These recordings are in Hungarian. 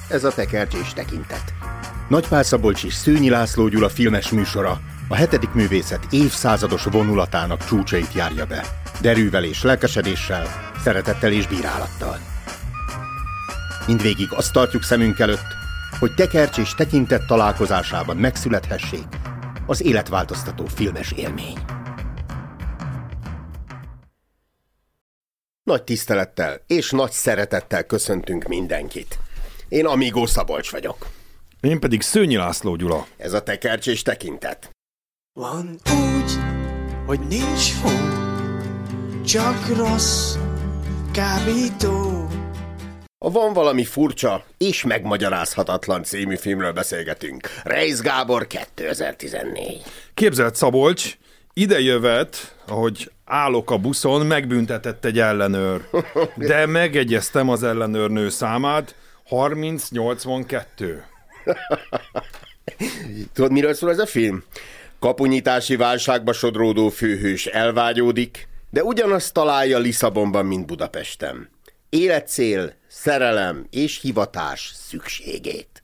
ez a Tekercs és Tekintet. Nagypál Szabolcs és Szőnyi László Gyula filmes műsora a 7. művészet évszázados vonulatának csúcsait járja be. Derűvel és lelkesedéssel, szeretettel és bírálattal. Mindvégig azt tartjuk szemünk előtt, hogy Tekercs és Tekintet találkozásában megszülethessék az életváltoztató filmes élmény. Nagy tisztelettel és nagy szeretettel köszöntünk mindenkit. Én Amigó Szabolcs vagyok. Én pedig Szőnyi László Gyula. Ez a Tekercs és Tekintet. Van úgy, hogy nincs hó, csak rossz kábító. A Van valami furcsa és megmagyarázhatatlan című filmről beszélgetünk. Reisz Gábor 2014. Képzeld, Szabolcs, idejövet, ahogy állok a buszon, megbüntetett egy ellenőr. De megegyeztem az ellenőrnő számát, 3082. Tudod, miről szól ez a film? Kapunyitási válságba sodródó főhős elvágyódik, de ugyanazt találja Lisszabonban, mint Budapesten. Életcél, szerelem és hivatás szükségét.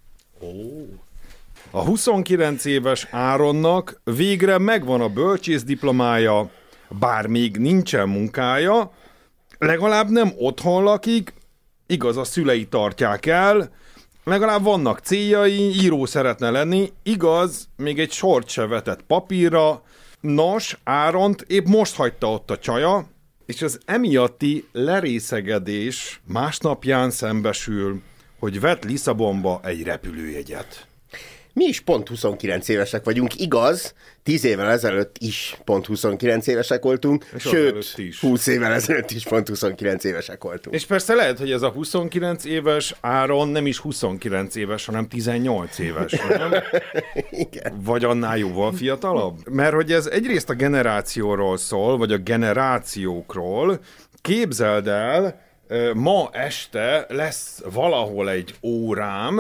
A 29 éves Áronnak végre megvan a bölcsész-diplomája, bár még nincsen munkája, legalább nem otthon lakik, igaz, a szülei tartják el, legalább vannak céljai, író szeretne lenni, igaz, még egy sort se vetett papírra. Nos, Áront épp most hagyta ott a csaja, és az emiatti lerészegedés másnapján szembesül, hogy vett Lisszabonba egy repülőjegyet. Mi is pont 29 évesek vagyunk, igaz? 10 évvel ezelőtt is pont 29 évesek voltunk, és sőt, 20 évvel ezelőtt is pont 29 évesek voltunk. És persze lehet, hogy ez a 29 éves Áron nem is 29 éves, hanem 18 éves, nem? Igen. Vagy annál jóval fiatalabb? Mert hogy ez egyrészt a generációról szól, vagy a generációkról. Képzeld el, ma este lesz valahol egy órám,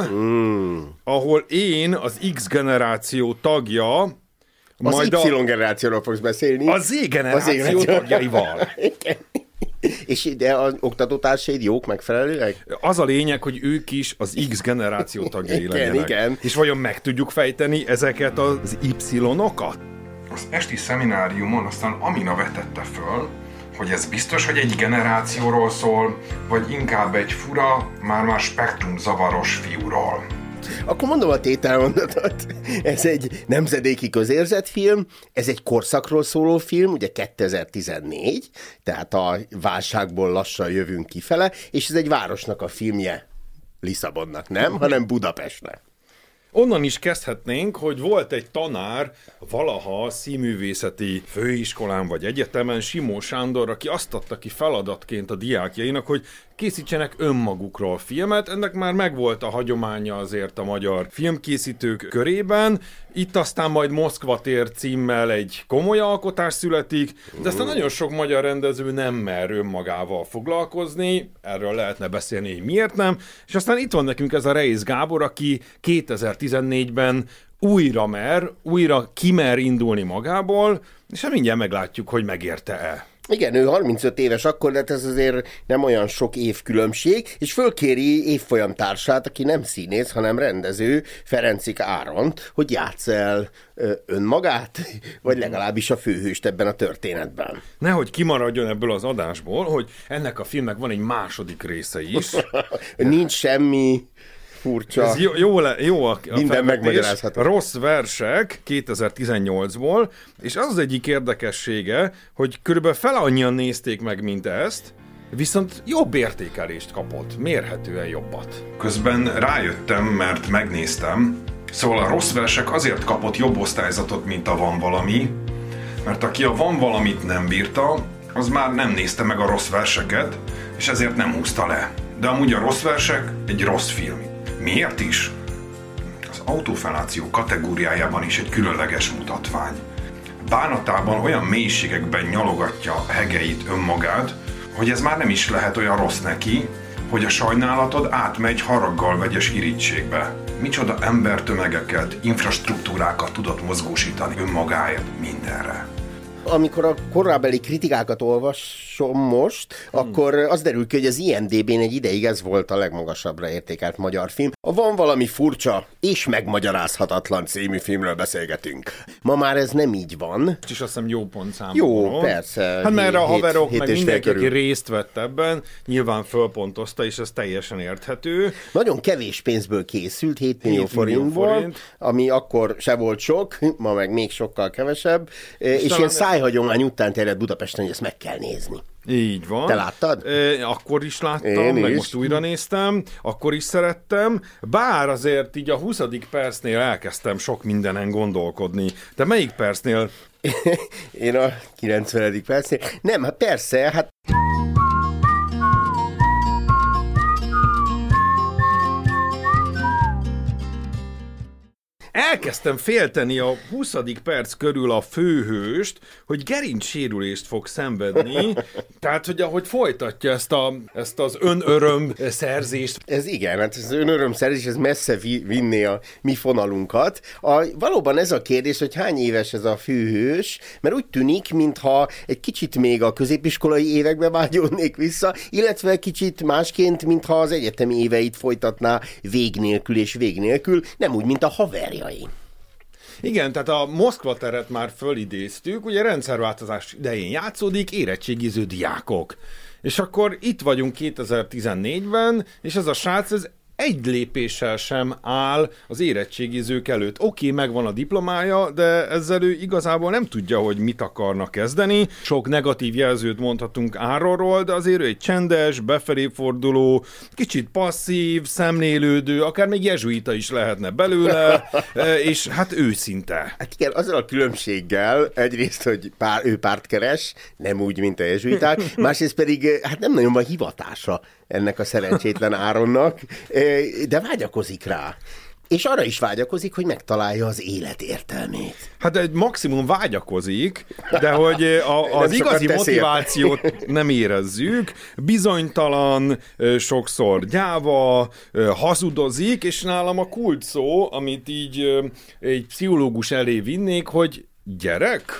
ahol én, az X generáció tagja, az Y generációról fogsz beszélni. A Z generáció tagjaival. Igen. És de az oktatótársaid jók, megfelelőek? Az a lényeg, hogy ők is az X generáció tagjai legyenek. Igen. És vajon meg tudjuk fejteni ezeket az Y-okat? Az esti szemináriumon aztán Amina vetette föl, hogy ez biztos, hogy egy generációról szól, vagy inkább egy fura, már spektrumzavaros fiúról. Akkor mondom a tételmondatot. Ez egy nemzedéki közérzetfilm, ez egy korszakról szóló film, ugye 2014, tehát a válságból lassan jövünk kifele, és ez egy városnak a filmje. Lisszabonnak nem, hanem Budapestnek. Onnan is kezdhetnénk, hogy volt egy tanár valaha színművészeti főiskolán vagy egyetemen, Simó Sándor, aki azt adta ki feladatként a diákjainak, hogy készítsenek önmagukról filmet. Ennek már megvolt a hagyománya azért a magyar filmkészítők körében. Itt aztán majd Moszkva tér címmel egy komoly alkotás születik, de aztán nagyon sok magyar rendező nem mer önmagával foglalkozni, erről lehetne beszélni, hogy miért nem, és aztán itt van nekünk ez a Reisz Gábor, aki 2014-ben újra kimer indulni magából, és hát mindjárt meglátjuk, hogy megérte-e. Igen, ő 35 éves akkor, de ez azért nem olyan sok év különbség, és fölkéri évfolyamtársát, aki nem színész, hanem rendező, Ferencik Áront, hogy játsz el önmagát, vagy legalábbis a főhőst ebben a történetben. Nehogy kimaradjon ebből az adásból, hogy ennek a filmnek van egy második része is. Nincs semmi furcsa. Ez jó a minden megmagyarázható. Rossz versek 2018-ból, és az egyik érdekessége, hogy körülbelül fel annyian nézték meg, mint ezt, viszont jobb értékelést kapott, mérhetően jobbat. Közben rájöttem, mert megnéztem, szóval a Rossz versek azért kapott jobb osztályzatot, mint a Van valami, mert aki a Van valamit nem bírta, az már nem nézte meg a Rossz verseket, és ezért nem húzta le. De amúgy a Rossz versek egy rossz film. Miért is? Az autofelláció kategóriájában is egy különleges mutatvány. Bánatában olyan mélységekben nyalogatja hegeit önmagát, hogy ez már nem is lehet olyan rossz neki, hogy a sajnálatod átmegy haraggal vegyes irítségbe. Micsoda embertömegeket, infrastruktúrákat tudott mozgósítani önmagáért mindenre. Amikor a korábeli kritikákat olvas, olvasom most, akkor az derül ki, hogy az IMDb-n egy ideig ez volt a legmagasabbra értékelt magyar film. Van valami furcsa és megmagyarázhatatlan című filmről beszélgetünk. Ma már ez nem így van. És azt hiszem jó pontszámon. Jó, persze. Hát mert a haverok, meg mindenki, aki részt vett ebben, nyilván fölpontozta, és ez teljesen érthető. Nagyon kevés pénzből készült, 7 millió forintból, ami akkor se volt sok, ma meg még sokkal kevesebb, és ilyen szájhagyomány után terjed Budapesten, hogy ezt meg kell nézni. Így van. Te láttad? Akkor is láttam, meg most újra néztem, akkor is szerettem, bár azért így a 20. percnél elkezdtem sok mindenen gondolkodni. Te melyik percnél? Én a 90. percnél. Nem, hát persze, hát... Elkezdtem félteni a 20. perc körül a főhőst, hogy gerincsérülést fog szenvedni, tehát, hogy ahogy folytatja ezt az önöröm szerzést. Ez igen, hát ez az önöröm szerzés, ez messze vinné a mi fonalunkat. Valóban ez a kérdés, hogy hány éves ez a főhős, mert úgy tűnik, mintha egy kicsit még a középiskolai évekbe vágyódnék vissza, illetve kicsit másként, mintha az egyetemi éveit folytatná vég nélkül, nem úgy, mint a haverja. Igen, tehát a Moszkva teret már fölidéztük, ugye rendszerváltozás idején játszódik, érettségiző diákok. És akkor itt vagyunk 2014-ben, és ez a srác, ez egy lépéssel sem áll az érettségizők előtt. Oké, megvan a diplomája, de ezzel ő igazából nem tudja, hogy mit akarnak kezdeni. Sok negatív jelzőt mondhatunk Áronról, de azért ő egy csendes, befelé forduló, kicsit passzív, szemlélődő, akár még jezsuita is lehetne belőle, és hát őszinte. Hát igen, azzal a különbséggel egyrészt, hogy ő párt keres, nem úgy, mint a jezsuiták, másrészt pedig hát nem nagyon van hivatása ennek a szerencsétlen Áronnak, de vágyakozik rá. És arra is vágyakozik, hogy megtalálja az élet értelmét. Hát egy maximum vágyakozik, de hogy az igazi motivációt nem érezzük, bizonytalan, sokszor gyáva, hazudozik, és nálam a kult szó, amit így egy pszichológus elé vinnék, hogy gyerek?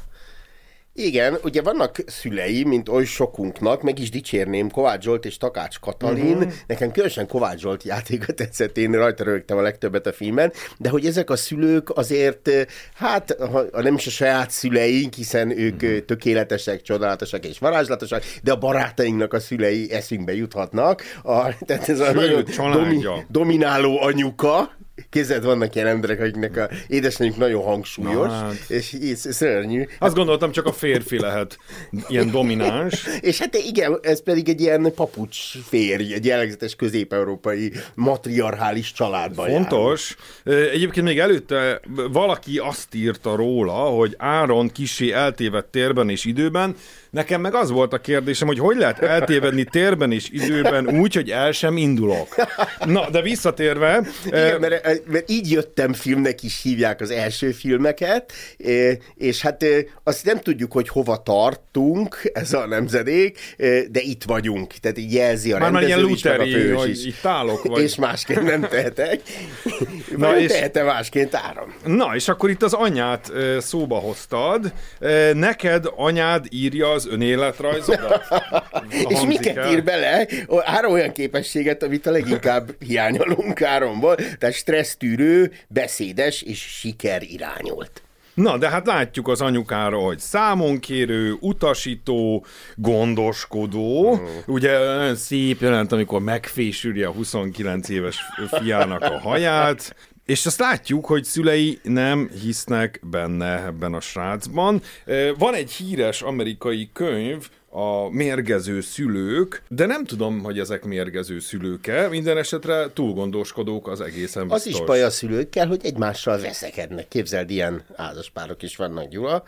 Igen, ugye vannak szülei, mint oly sokunknak, meg is dicsérném Kovács Zsolt és Takács Katalin. Nekem különösen Kovács Zsolt játéka tetszett, én rajta rögtem a legtöbbet a filmen, de hogy ezek a szülők azért, hát nem is a saját szüleink, hiszen ők tökéletesek, csodálatosak és varázslatosak, de a barátainknak a szülei eszünkbe juthatnak. Tehát ez a nagyon domináló anyuka. Kézed, vannak ilyen emberek, akiknek a édesanyjuk nagyon hangsúlyos, és szörnyű. Azt gondoltam, csak a férfi lehet ilyen domináns. És hát igen, ez pedig egy ilyen papucs férj, egy jellegzetes közép-európai matriarchális családban fontos. Egyébként még előtte valaki azt írta róla, hogy Áron kissé eltévedt térben és időben. Nekem meg az volt a kérdésem, hogy lehet eltévedni térben és időben úgy, hogy el sem indulok. Na, de visszatérve... Igen, mert így jöttem filmnek is hívják az első filmeket, és hát azt nem tudjuk, hogy hova tartunk, ez a nemzedék, de itt vagyunk. Tehát így jelzi a rendező is, meg a főhős is. Itt állok, vagy... És másként nem tehetek. Vagy tehetem másként Áron. Na, és akkor itt az anyát szóba hoztad. Neked anyád írja az önéletrajzodat? És miket ír bele? Áron olyan képességet, amit a leginkább hiányolunk Áronból, tehát stressztűrő, beszédes és sikerirányolt. Na, de hát látjuk az anyukára, hogy számonkérő, utasító, gondoskodó. Ugye olyan szép jelent, amikor megfésüli a 29 éves fiának a haját. És azt látjuk, hogy szülei nem hisznek benne ebben a srácban. Van egy híres amerikai könyv, a mérgező szülők, de nem tudom, hogy ezek mérgező szülők-e, minden esetre túlgondoskodók az egészen biztos. Az is baj a szülőkkel, hogy egymással veszekednek. Képzeld, ilyen házaspárok is vannak, Gyula.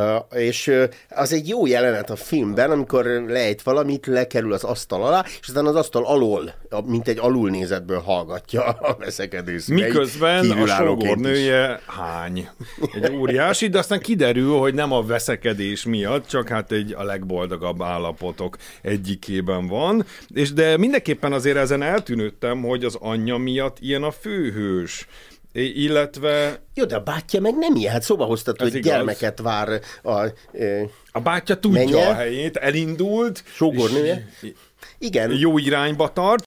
És az egy jó jelenet a filmben, amikor lejt valamit, lekerül az asztal alá, és aztán az asztal alól, mint egy alulnézetből hallgatja a veszekedő szüleit. Miközben a sógornője hány. Egy óriási, de aztán kiderül, hogy nem a veszekedés miatt, csak hát a legboldagabb állapotok egyikében van, de mindenképpen azért ezen eltűnődtem, hogy az anyja miatt ilyen a főhős. illetve... Jó, de a bátyja meg nem ilyen. Hát szóba hoztad, hogy igaz. Gyermeket vár A bátyja tudja menye. a helyét, elindult. Sógornője. Igen. Jó irányba tart.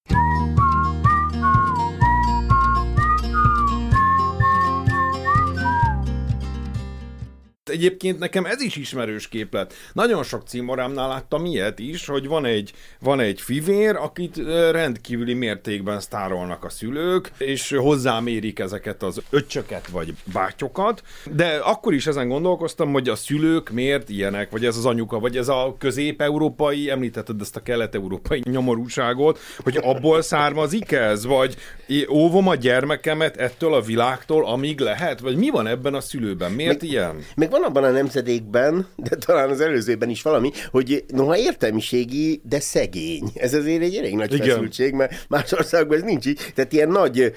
Egyébként nekem ez is ismerős képlet. Nagyon sok címorámnál láttam ilyet is, hogy van egy fivér, akit rendkívüli mértékben sztárolnak a szülők, és hozzámérik ezeket az öccsöket vagy bátyokat, de akkor is ezen gondolkoztam, hogy a szülők miért ilyenek, vagy ez az anyuka, vagy ez a közép-európai, említetted ezt a kelet-európai nyomorúságot, hogy abból származik ez, vagy óvom a gyermekemet ettől a világtól, amíg lehet, vagy mi van ebben a szülőben, miért ilyen? Meg van abban a nemzedékben, de talán az előzőben is valami, hogy noha értelmiségi, de szegény. Ez azért egy elég nagy feszültség, mert más országban ez nincs így. Tehát ilyen nagy,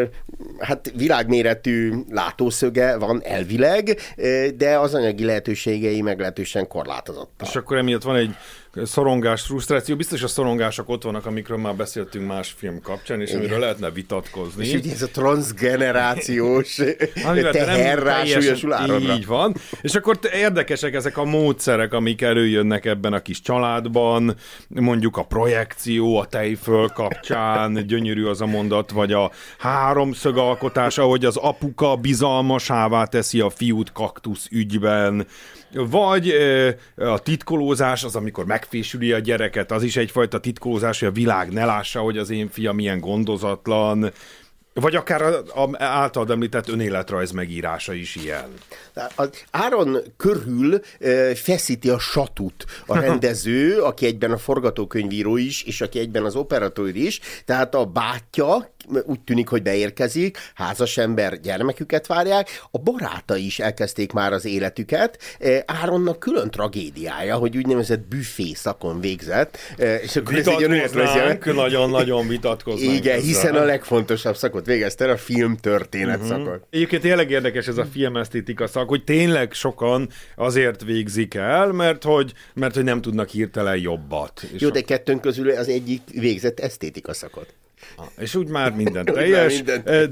hát világméretű látószöge van elvileg, de az anyagi lehetőségei meglehetősen korlátozottak. És akkor emiatt van egy szorongás, frusztráció. Biztos a szorongások ott vannak, amikről már beszéltünk más film kapcsán, és amiről lehetne vitatkozni. És ugye ez a transzgenerációs teher rásúlyosul áramra. Így van. És akkor érdekesek ezek a módszerek, amik előjönnek ebben a kis családban, mondjuk a projekció a tejföl kapcsán, gyönyörű az a mondat, vagy a háromszög alkotás, ahogy az apuka bizalmasává teszi a fiút kaktusz ügyben, vagy a titkolózás, az amikor megfésüli a gyereket, az is egyfajta titkolózás, hogy a világ ne lássa, hogy az én fiam milyen gondozatlan, vagy akár az általad említett önéletrajz megírása is ilyen. Az Áron körül feszíti a satut a rendező, aki egyben a forgatókönyvíró is, és aki egyben az operatőr is, tehát a bátyja úgy tűnik, hogy beérkezik, házas ember, gyermeküket várják, a barátai is elkezdték már az életüket. Áronnak külön tragédiája, hogy úgynevezett büfé szakon végzett. És akkor vitatkoznánk, nagyon-nagyon vitatkoznánk. Igen, hiszen a legfontosabb szakot végezte, a film történet szakot. Egyébként tényleg érdekes ez a filmesztétika szak, hogy tényleg sokan azért végzik el, mert hogy nem tudnak hirtelen jobbat. Jó, de kettőnk közül az egyik végzett esztétika szakot. És úgy már minden teljes,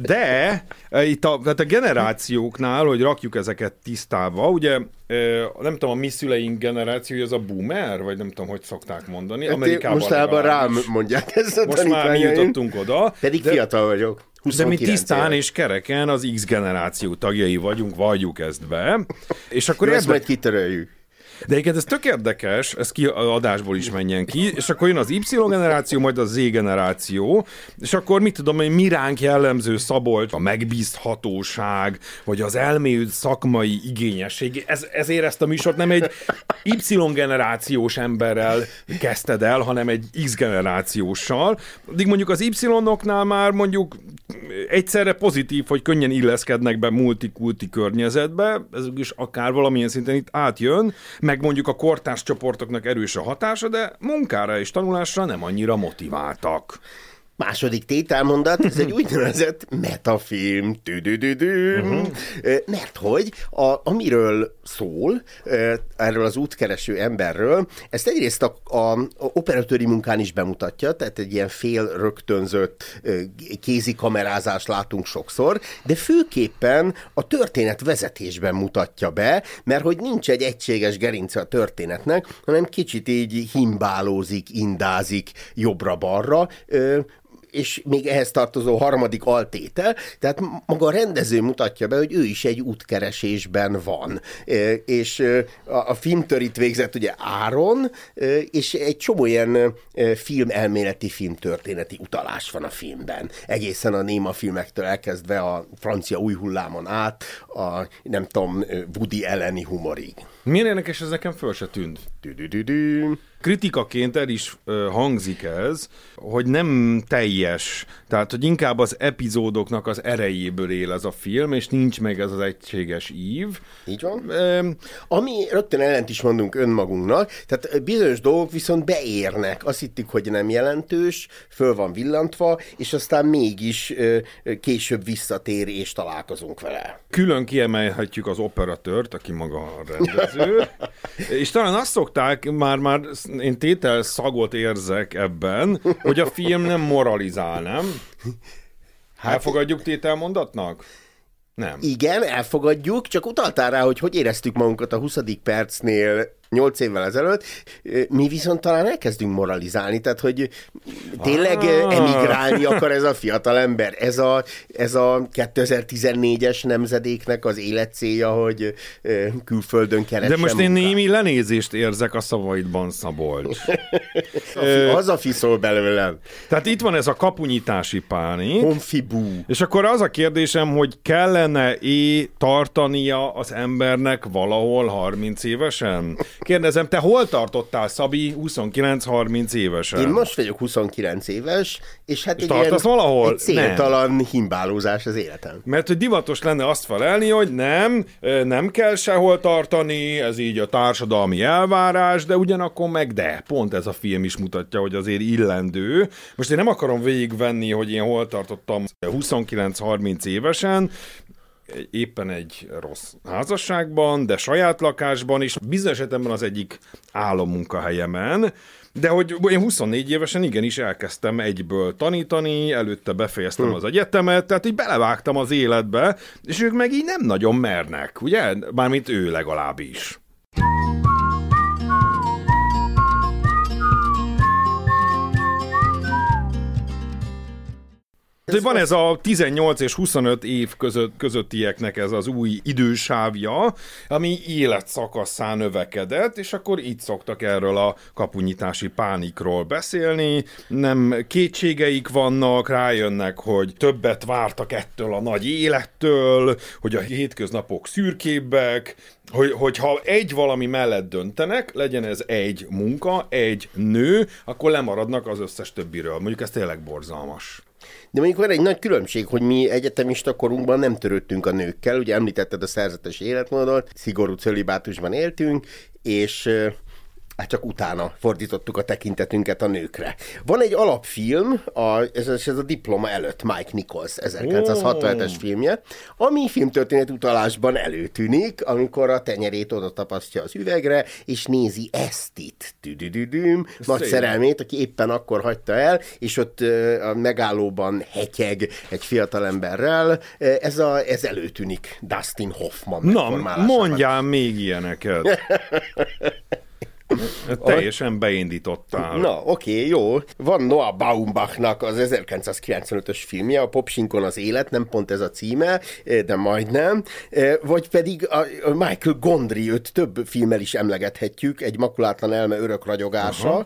de itt a generációknál, hogy rakjuk ezeket tisztába, ugye nem tudom, a mi szüleink generációja az a boomer, vagy nem tudom, hogy szokták mondani. Amerikában mostában rám mondják ezt a most már mi jutottunk oda. Pedig fiatal vagyok. 29 de mi tisztán és kereken az X generáció tagjai vagyunk, valljuk ezt be. És akkor ezt majd kitöröljük. De egyébként ez tök érdekes, ez adásból is menjen ki, és akkor jön az Y generáció, majd a Z generáció, és akkor mit tudom, hogy mi ránk jellemző Szabolcs, a megbízhatóság, vagy az elmélyült szakmai igényesség. Ezért ezt a műsort nem egy Y generációs emberrel kezdted el, hanem egy X generációssal. Addig mondjuk az Y-oknál már mondjuk egyszerre pozitív, hogy könnyen illeszkednek be multikulti környezetbe, ez is akár valamilyen szinten itt átjön, meg mondjuk a kortárs csoportoknak erős a hatása, de munkára és tanulásra nem annyira motiváltak. Második tételmondat, ez egy úgynevezett metafilm. Mert hogy amiről szól, erről az útkereső emberről, ezt egyrészt a operatőri munkán is bemutatja, tehát egy ilyen fél rögtönzött kézikamerázást látunk sokszor, de főképpen a történet vezetésben mutatja be, mert hogy nincs egy egységes gerince a történetnek, hanem kicsit így himbálózik, indázik jobbra-balra, és még ehhez tartozó harmadik altétel, tehát maga a rendező mutatja be, hogy ő is egy útkeresésben van. És a filmtörit végzett ugye Áron, és egy csomó ilyen filmelméleti, filmtörténeti utalás van a filmben. Egészen a néma filmektől elkezdve a francia új hullámon át, a nem tudom, Woody Alleni humorig. Milyen érdekes, ez nekem föl se tűnt. Kritikaként el is hangzik ez, hogy nem teljes, tehát hogy inkább az epizódoknak az erejéből él ez a film, és nincs meg ez az egységes ív. Így van. Ami rögtön ellent is mondunk önmagunknak, tehát bizonyos dolgok viszont beérnek. Azt hittik, hogy nem jelentős, föl van villantva, és aztán mégis később visszatér, és találkozunk vele. Külön kiemelhetjük az operatőrt, aki maga a rendező, és talán azt szokták, már én tétel szagot érzek ebben, hogy a film nem moralizál, nem? Hát, elfogadjuk tételmondatnak? Nem. Igen, elfogadjuk, csak utaltál rá, hogy éreztük magunkat a 20. percnél 8 évvel ezelőtt, mi viszont talán elkezdünk moralizálni, tehát hogy tényleg emigrálni akar ez a fiatal ember. Ez a 2014-es nemzedéknek az életcélja, hogy külföldön keressen. De most én némi lenézést érzek a szavaidban, Szabolcs. Az a fiszol belőlem. Tehát itt van ez a kapunyítási pánik. Honfibú. És akkor az a kérdésem, hogy kellene tartania az embernek valahol 30 évesen? Kérdezem, te hol tartottál, Szabi, 29-30 évesen? Én most vagyok 29 éves, és hát egy valahol? Egy céltalan himbálózás az életem. Mert hogy divatos lenne azt felelni, hogy nem kell sehol tartani, ez így a társadalmi elvárás, de ugyanakkor pont ez a film is mutatja, hogy azért illendő. Most én nem akarom végigvenni, hogy én hol tartottam 29-30 évesen, éppen egy rossz házasságban, de saját lakásban is, bizonyos esetemben az egyik álommunkahelyemen, de hogy én 24 évesen igenis elkezdtem egyből tanítani, előtte befejeztem az egyetemet, tehát így belevágtam az életbe, és ők meg így nem nagyon mernek, ugye? Mármint ő legalábbis. Van ez a 18 és 25 év közöttieknek ez az új idősávja, ami életszakasszá növekedett, és akkor így szoktak erről a kapunyítási pánikról beszélni, nem kétségeik vannak, rájönnek, hogy többet vártak ettől a nagy élettől, hogy a hétköznapok szürkébbek, hogyha egy valami mellett döntenek, legyen ez egy munka, egy nő, akkor lemaradnak az összes többiről. Mondjuk ez tényleg borzalmas. De mondjuk van egy nagy különbség, hogy mi egyetemista korunkban nem törődtünk a nőkkel, ugye említetted a szerzetes életmódot, szigorú cölibátusban éltünk, és hát csak utána fordítottuk a tekintetünket a nőkre. Van egy alapfilm, ez a Diploma előtt, Mike Nichols 1967-es filmje, ami filmtörténet utalásban előtűnik, amikor a tenyerét oda tapasztja az üvegre, és nézi Estit, nagy szerelmét, aki éppen akkor hagyta el, és ott a megállóban hetyeg egy fiatalemberrel. Ez előtűnik Dustin Hoffman. Na, mondjál még ilyeneket. Teljesen beindítottál. Na, oké, jó. Van Noah Baumbachnak az 1995-ös filmje, a Popsinkon az élet, nem pont ez a címe, de majdnem. Vagy pedig a Michael Gondry, őt több filmmel is emlegethetjük, egy makulátlan elme örök ragyogása,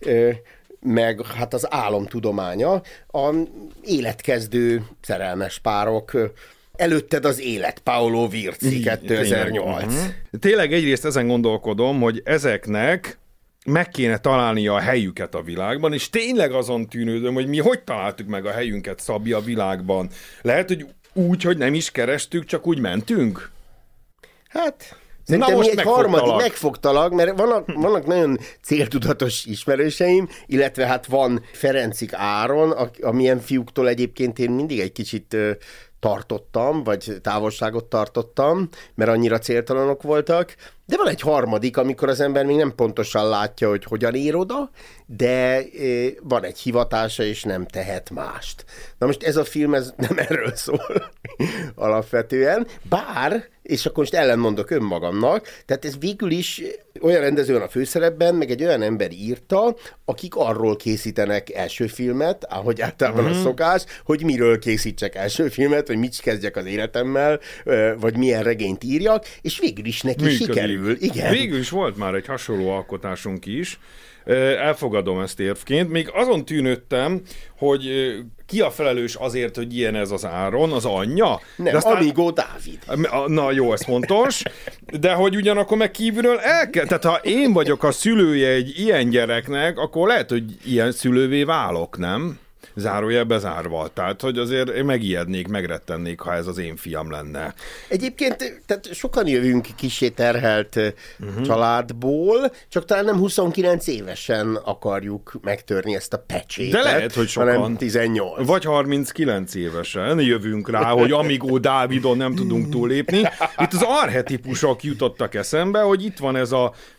meg hát az álomtudománya, a életkezdő szerelmes párok. Előtted az élet, Paolo Virzi, 2008. Tényleg egyrészt ezen gondolkodom, hogy ezeknek meg kéne találnia a helyüket a világban, és tényleg azon tűnődöm, hogy mi hogy találtuk meg a helyünket, Szabi, a világban. Lehet, hogy úgy, hogy nem is kerestük, csak úgy mentünk? Hát... Szerintem mi egy harmadik megfogtalak, mert vannak nagyon céltudatos ismerőseim, illetve hát van Ferencik Áron, amilyen fiúktól egyébként én mindig egy kicsit tartottam, vagy távolságot tartottam, mert annyira céltalanok voltak, de van egy harmadik, amikor az ember még nem pontosan látja, hogy hogyan ér oda, de van egy hivatása, és nem tehet mást. Na most ez a film ez nem erről szól alapvetően, bár, és akkor most ellenmondok önmagamnak, tehát ez végül is olyan rendező van a főszerepben, meg egy olyan ember írta, akik arról készítenek első filmet, ahogy általában a szokás, hogy miről készítsek első filmet, vagy mit kezdjek az életemmel, vagy milyen regényt írjak, és végül is neki sikerül. Igen. Végül is volt már egy hasonló alkotásunk is. Elfogadom ezt érvként. Még azon tűnődtem, hogy ki a felelős azért, hogy ilyen ez az Áron, az anyja? Nem, aztán... Amigo Dávid. Na jó, ez fontos. De hogy ugyanakkor meg kívülről tehát ha én vagyok a szülője egy ilyen gyereknek, akkor lehet, hogy ilyen szülővé válok, nem? Zárójelbe zárva. Tehát, hogy azért én megijednék, megrettennék, ha ez az én fiam lenne. Egyébként, tehát sokan jövünk kissé terhelt családból, csak talán nem 29 évesen akarjuk megtörni ezt a pecsétet. De lehet, hogy sokan. Hanem 18. Vagy 39 évesen jövünk rá, hogy Amigo Dávidon nem tudunk túllépni. Itt az archetipusok jutottak eszembe, hogy itt van ez a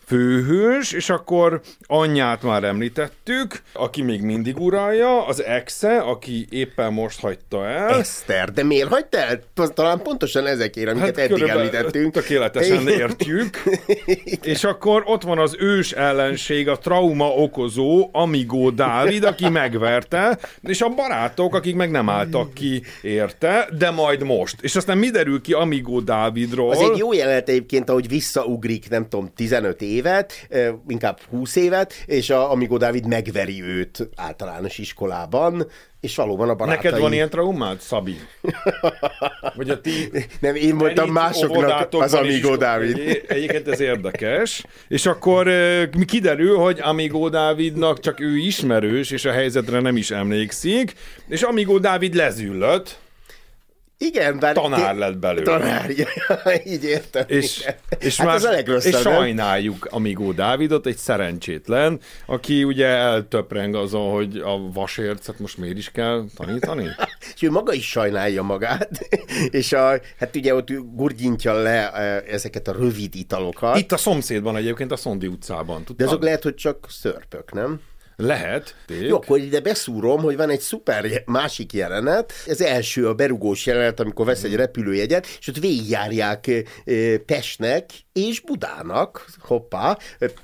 főhős, és akkor anyját már említettük, aki még mindig uralja, az exe, aki éppen most hagyta el. Eszter, de miért hagyta el? Talán pontosan ezekért, amiket eddig említettünk. Tökéletesen értjük. És akkor ott van az ős ellenség, a trauma okozó Amigo Dávid, aki megverte, és a barátok, akik meg nem álltak ki érte, de majd most. És aztán mi derül ki Amigo Dávidról? Az egy jó jelenet egyébként, ahogy visszaugrik, nem tudom, 15 évet, inkább 20 évet, és Amigo Dávid megveri őt általános iskolában, és valóban a barátai... Neked van ilyen traumád, Szabi? Vagy a ti... Nem, én voltam másoknak az Amigo Dávid. Egyébként ez érdekes. És akkor kiderül, hogy Amigo Dávidnak csak ő ismerős, és a helyzetre nem is emlékszik, és Amigo Dávid lezüllött. Igen, bár... Tanár lett belőle. Tanár, így értem. És hát már, az a legrosszabb, és sajnáljuk Amigo Dávidot, egy szerencsétlen, aki ugye eltöpreng azon, hogy a vasércet most miért is kell tanítani? És ő maga is sajnálja magát, és hát ugye ott gurgyintja le ezeket a rövid italokat. Itt a szomszédban egyébként, a Szondi utcában. Tudtad? De azok lehet, hogy csak szörpök, nem? Lehet. Jó, akkor ide beszúrom, hogy van egy szuper másik jelenet. Ez első a berugós jelenet, amikor vesz egy repülőjegyet, és ott végigjárják Pestnek és Budának, hoppá,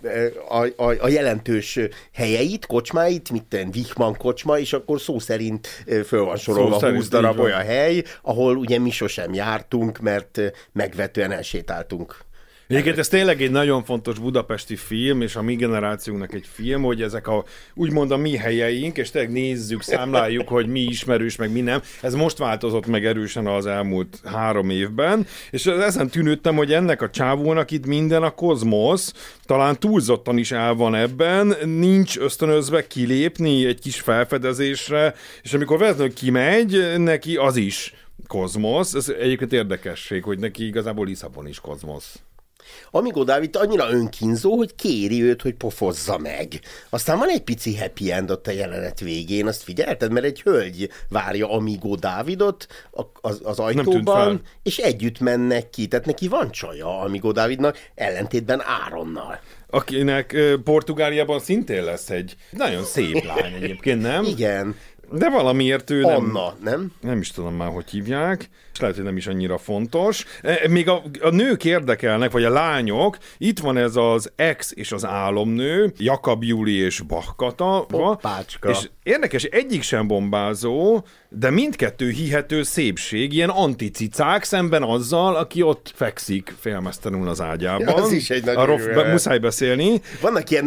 a jelentős helyeit, kocsmáit, Wichmann kocsma, és akkor szó szerint föl van sorolva 20 darab olyan hely, ahol ugye mi sosem jártunk, mert megvetően elsétáltunk. Egyébként ez tényleg egy nagyon fontos budapesti film, és a mi generációnknak egy film, hogy ezek úgymond a mi helyeink, és tényleg nézzük, számláljuk, hogy mi ismerős, meg mi nem. Ez most változott meg erősen az elmúlt 3 évben, és ezen tűnődtem, hogy ennek a csávónak itt minden a kozmosz, talán túlzottan is el van ebben, nincs ösztönözve kilépni egy kis felfedezésre, és amikor vezetően kimegy, neki az is kozmosz. Ez egyébként érdekesség, hogy neki igazából Lisszabon is kozmosz. Amigo Dávid annyira önkínzó, hogy kéri őt, hogy pofozza meg. Aztán van egy pici happy end ott a jelenet végén, azt figyelted? Mert egy hölgy várja Amigo Dávidot az ajtóban, és együtt mennek ki. Tehát neki van csaja Amigo Dávidnak, ellentétben Áronnal. Akinek Portugáliában szintén lesz egy nagyon szép lány egyébként, nem? Igen. De valamiért ő nem... Anna, nem? Nem is tudom már, hogy hívják, és lehet, hogy nem is annyira fontos. Még a nők érdekelnek, vagy a lányok, itt van ez az ex és az álomnő, Jakab Júli és Bach Kata. Hoppácska. És érdekes, egyik sem bombázó, de mindkettő hihető szépség, ilyen anticicák szemben azzal, aki ott fekszik félmeztelenül az ágyában. Ja, az is egy nagyon muszáj beszélni. Vannak ilyen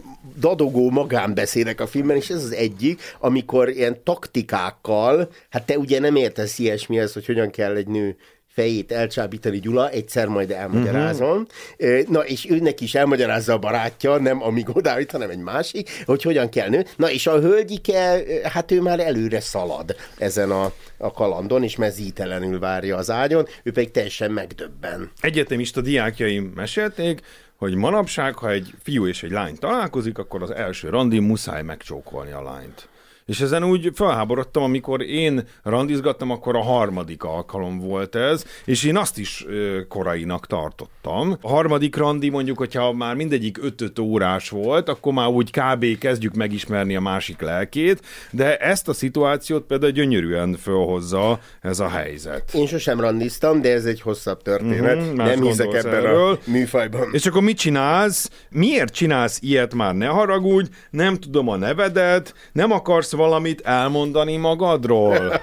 dadogó magánbeszédek a filmben, és ez az egyik, amikor ilyen taktikákkal, hát te ugye nem értesz ilyesmihez, hogy hogyan kell egy nő fejét elcsábítani, Gyula, egyszer majd elmagyarázom. Na, és őnek is elmagyarázza a barátja, nem Amigo Dávid, hanem egy másik, hogy hogyan kell nő. Na, és a hölgyike, hát ő már előre szalad ezen a kalandon, és mezítelenül várja az ágyon, ő pedig teljesen megdöbben. Egyetemista diákjaim mesélték, hogy manapság, ha egy fiú és egy lány találkozik, akkor az első randin muszáj megcsókolni a lányt. És ezen úgy felháborodtam, amikor én randizgattam, akkor a 3. alkalom volt ez, és én azt is korainak tartottam. A 3. randi mondjuk, hogyha már mindegyik 5 órás volt, akkor már úgy kb. Kezdjük megismerni a másik lelkét, de ezt a szituációt például gyönyörűen fölhozza ez a helyzet. Én sosem randiztam, de ez egy hosszabb történet. Nem hiszek ebben a műfajban. És akkor mit csinálsz? Miért csinálsz ilyet, már ne haragudj, nem tudom a nevedet, nem akarsz valamit elmondani magadról?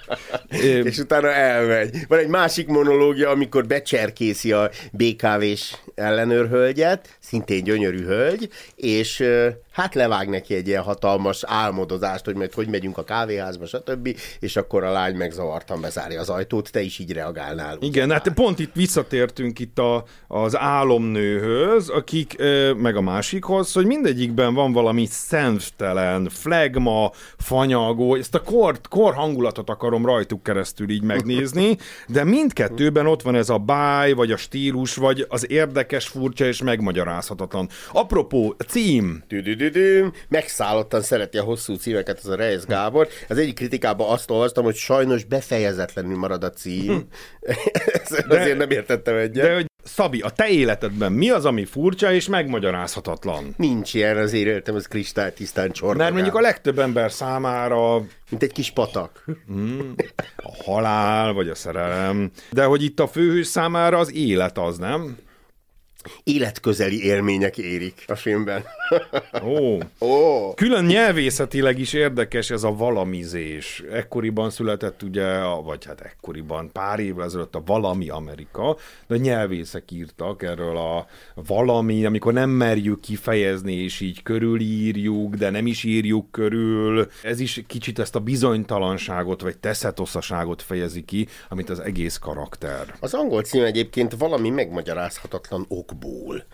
És utána elmegy. Van egy másik monológia, amikor becserkészi a BKV-s ellenőrhölgyet, szintén gyönyörű hölgy, és hát levág neki egy ilyen hatalmas álmodozást, hogy majd hogy megyünk a kávéházba, stb., és akkor a lány megzavartan bezárja az ajtót, te is így reagálnál. Igen, hát pont itt visszatértünk itt az álomnőhöz, akik, meg a másikhoz, hogy mindegyikben van valami szemtelen, flegma, fanyalgó, ezt a kor hangulatot akarom rajtuk keresztül így megnézni, de mindkettőben ott van ez a báj, vagy a stílus, vagy az érdekes érdekes, furcsa és megmagyarázhatatlan. Apropó, cím! Megszállottan szereti a hosszú címeket az a Reyes Gábor. Az egyik kritikában azt olvastam, hogy sajnos befejezetlenül marad a cím. Azért nem értettem egyet. De hogy Szabi, a te életedben mi az, ami furcsa és megmagyarázhatatlan? Nincs ilyen, az életem, az kristálytisztán csornagál. Mert mondjuk a legtöbb ember számára mint egy kis patak. A halál, vagy a szerelem. De hogy itt a főhős számára az élet az, nem? Életközeli élmények érik a filmben. Külön nyelvészetileg is érdekes ez a valamizés. Ekkoriban született ugye, vagy hát ekkoriban, pár évvel ezelőtt a Valami Amerika, de nyelvészek írtak erről a valami, amikor nem merjük kifejezni, és így körülírjuk, de nem is írjuk körül. Ez is kicsit ezt a bizonytalanságot, vagy teszetoszaságot fejezi ki, amit az egész karakter. Az angol cím egyébként valami megmagyarázhatatlan okból.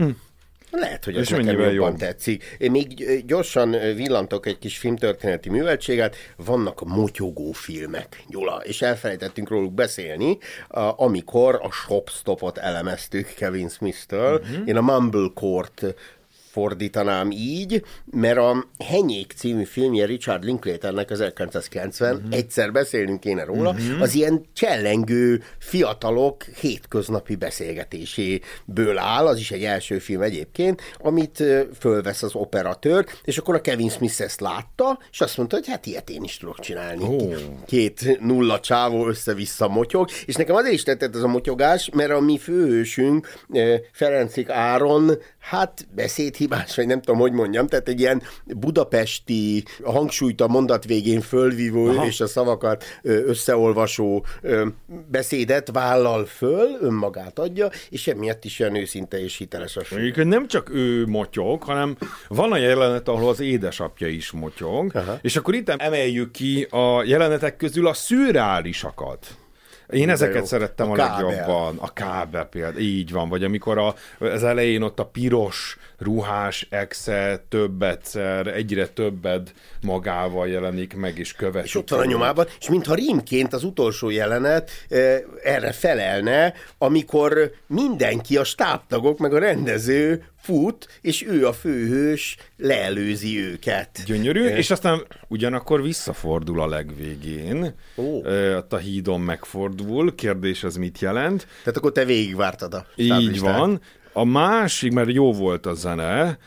Lehet, hogy ez nekem jobban tetszik. Én még gyorsan villantok egy kis filmtörténeti műveltséget. Vannak motyogó filmek, Gyula, és elfelejtettünk róluk beszélni, amikor a Shop-Stopot elemeztük Kevin Smith-től. Én a Mumblecore-t fordítanám így, mert a Henyék című filmje Richard Linklaternek 1990, egyszer beszélnünk kéne róla, az ilyen csellengő fiatalok hétköznapi beszélgetéséből áll, az is egy első film egyébként, amit fölvesz az operatőr, és akkor a Kevin Smith ezt látta, és azt mondta, hogy hát ilyet én is tudok csinálni. 2-0 csávó össze-vissza motyog, és nekem azért is tetszett ez a motyogás, mert a mi főhősünk, Ferencik Áron, hát beszédhibás, vagy nem tudom, hogy mondjam, tehát egy ilyen budapesti hangsúlyt a mondat végén fölvívó és a szavakat összeolvasó beszédet vállal föl, önmagát adja, és emiatt is olyan őszinte és hiteles a film. Mondjuk, nem csak ő motyog, hanem van a jelenet, ahol az édesapja is motyog, és akkor itt emeljük ki a jelenetek közül a szürreálisakat. Én ezeket szerettem a legjobban. A kábel például, így van. Vagy amikor az elején ott a piros ruhás exe több egyszer, egyre többet magával jelenik meg, és követi. És ott van a nyomában, és mintha rímként az utolsó jelenet erre felelne, amikor mindenki, a stábtagok, meg a rendező fut, és ő a főhős leelőzi őket. Gyönyörű, és aztán ugyanakkor visszafordul a legvégén. Ott a hídon megfordul. Kérdés, az mit jelent? Tehát akkor te végigvártad a stáblistát. Így van. A másik, mert jó volt a zene,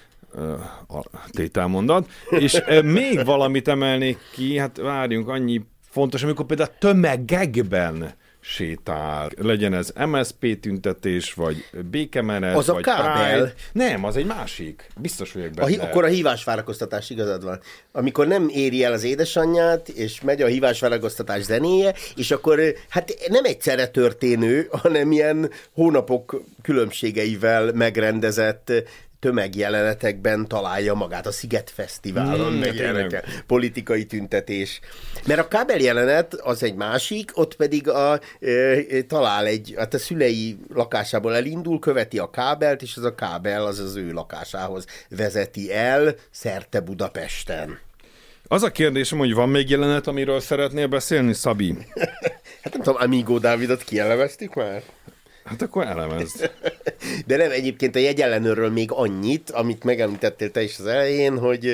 a tételmondat, és még valamit emelnék ki, hát várjunk, annyi fontos, amikor például tömegekben sétál. Legyen ez MSZP tüntetés, vagy békemenet, az vagy a kábel. Pride. Nem, az egy másik. Biztos vagyok benne. Akkor a hívásvárakoztatás, igazad van. Amikor nem éri el az édesanyját, és megy a hívásvárakoztatás zenéje, és akkor hát nem egyszerre történő, hanem ilyen hónapok különbségeivel megrendezett tömegjelenetekben találja magát a Sziget Fesztiválon, meg ilyenekkel, politikai tüntetés. Mert a kábel jelenet az egy másik, ott pedig talál hát a szülei lakásából elindul, követi a kábelt, és ez a kábel az ő lakásához vezeti el szerte Budapesten. Az a kérdésem, hogy van még jelenet, amiről szeretnél beszélni, Szabi? Hát nem tudom, Amigo Dávidot kielemeztük már? Hát akkor elemezd. De nem, egyébként a jegyellenőrről még annyit, amit megemlítettél te is az elején, hogy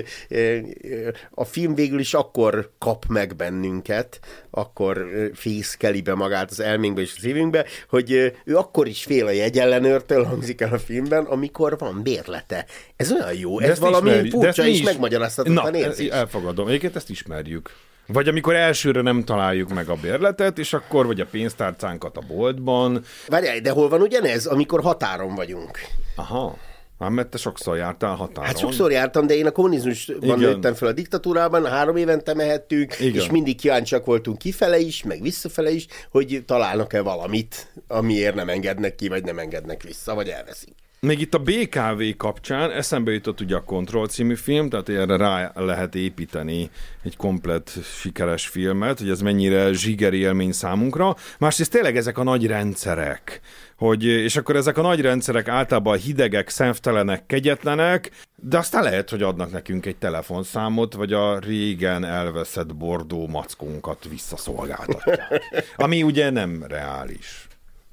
a film végül is akkor kap meg bennünket, akkor fészkeli be magát az elménkbe és a szívünkbe, hogy ő akkor is fél a jegyellenőrtől, hangzik el a filmben, amikor van bérlete. Ez olyan jó, ez valami furcsa és megmagyarázhatatlan érzés. Elfogadom, egyébként ezt ismerjük. Vagy amikor elsőre nem találjuk meg a bérletet, és akkor vagy a pénztárcánkat a boltban. Várjál, de hol van ugyanez, amikor határon vagyunk? Aha. Mert te sokszor jártál határon. Hát sokszor jártam, de én a kommunizmusban nőttem fel a diktatúrában, 3 évente mehettünk, és mindig kíváncsiak voltunk kifele is, meg visszafele is, hogy találnak-e valamit, amiért nem engednek ki, vagy nem engednek vissza, vagy elveszik. Még itt a BKV kapcsán eszembe jutott ugye a Control című film, tehát erre rá lehet építeni egy komplett sikeres filmet, hogy ez mennyire zsigeri élmény számunkra. Másrészt tényleg ezek a nagy rendszerek, és akkor ezek a nagy rendszerek általában hidegek, szemtelenek, kegyetlenek, de aztán lehet, hogy adnak nekünk egy telefonszámot, vagy a régen elveszett bordó mackónkat visszaszolgáltatják. Ami ugye nem reális.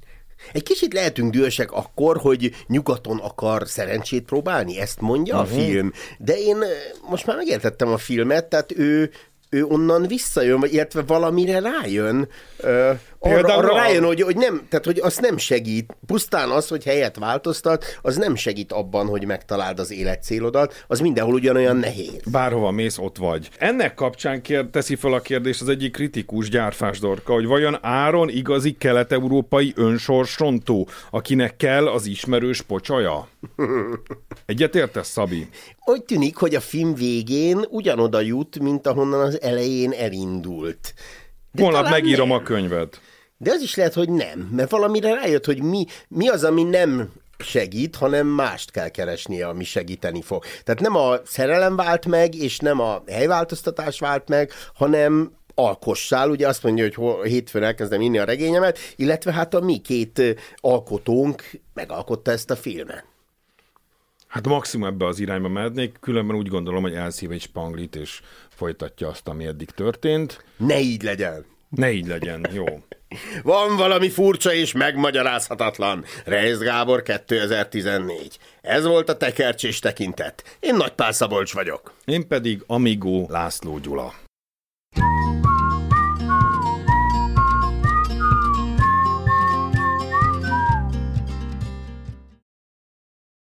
Egy kicsit lehetünk dühösek akkor, hogy nyugaton akar szerencsét próbálni, ezt mondja a film. De én most már megértettem a filmet, tehát ő onnan visszajön, vagy illetve valamire rájön. Arra rájön, hogy nem, tehát hogy az nem segít. Pusztán az, hogy helyet változtat, az nem segít abban, hogy megtaláld az életcélodat, az mindenhol ugyanolyan nehéz. Bárhova mész, ott vagy. Ennek kapcsán teszi fel a kérdést az egyik kritikus, Gyárfás Dorka, hogy vajon Áron igazi kelet-európai önsorsrontó, akinek kell az ismerős pocsaja? Egyetértesz, Szabi? Úgy tűnik, hogy a film végén ugyanoda jut, mint ahonnan az elején elindult. Holnap megírom a könyvet. De az is lehet, hogy nem, mert valamire rájött, hogy mi az, ami nem segít, hanem mást kell keresnie, ami segíteni fog. Tehát nem a szerelem vált meg, és nem a helyváltoztatás vált meg, hanem alkossál, ugye azt mondja, hogy hétfőn elkezdem írni a regényemet, illetve hát a mi két alkotónk megalkotta ezt a filmet. Hát maximum ebbe az irányba mehetnék, különben úgy gondolom, hogy elszív egy spanglit, és folytatja azt, ami eddig történt. Ne így legyen. Ne így legyen, jó. Van valami furcsa és megmagyarázhatatlan. Reisz Gábor 2014. Ez volt a Tekercs és Tekintet. Én Nagy Pál Szabolcs vagyok. Én pedig Amigo László Gyula.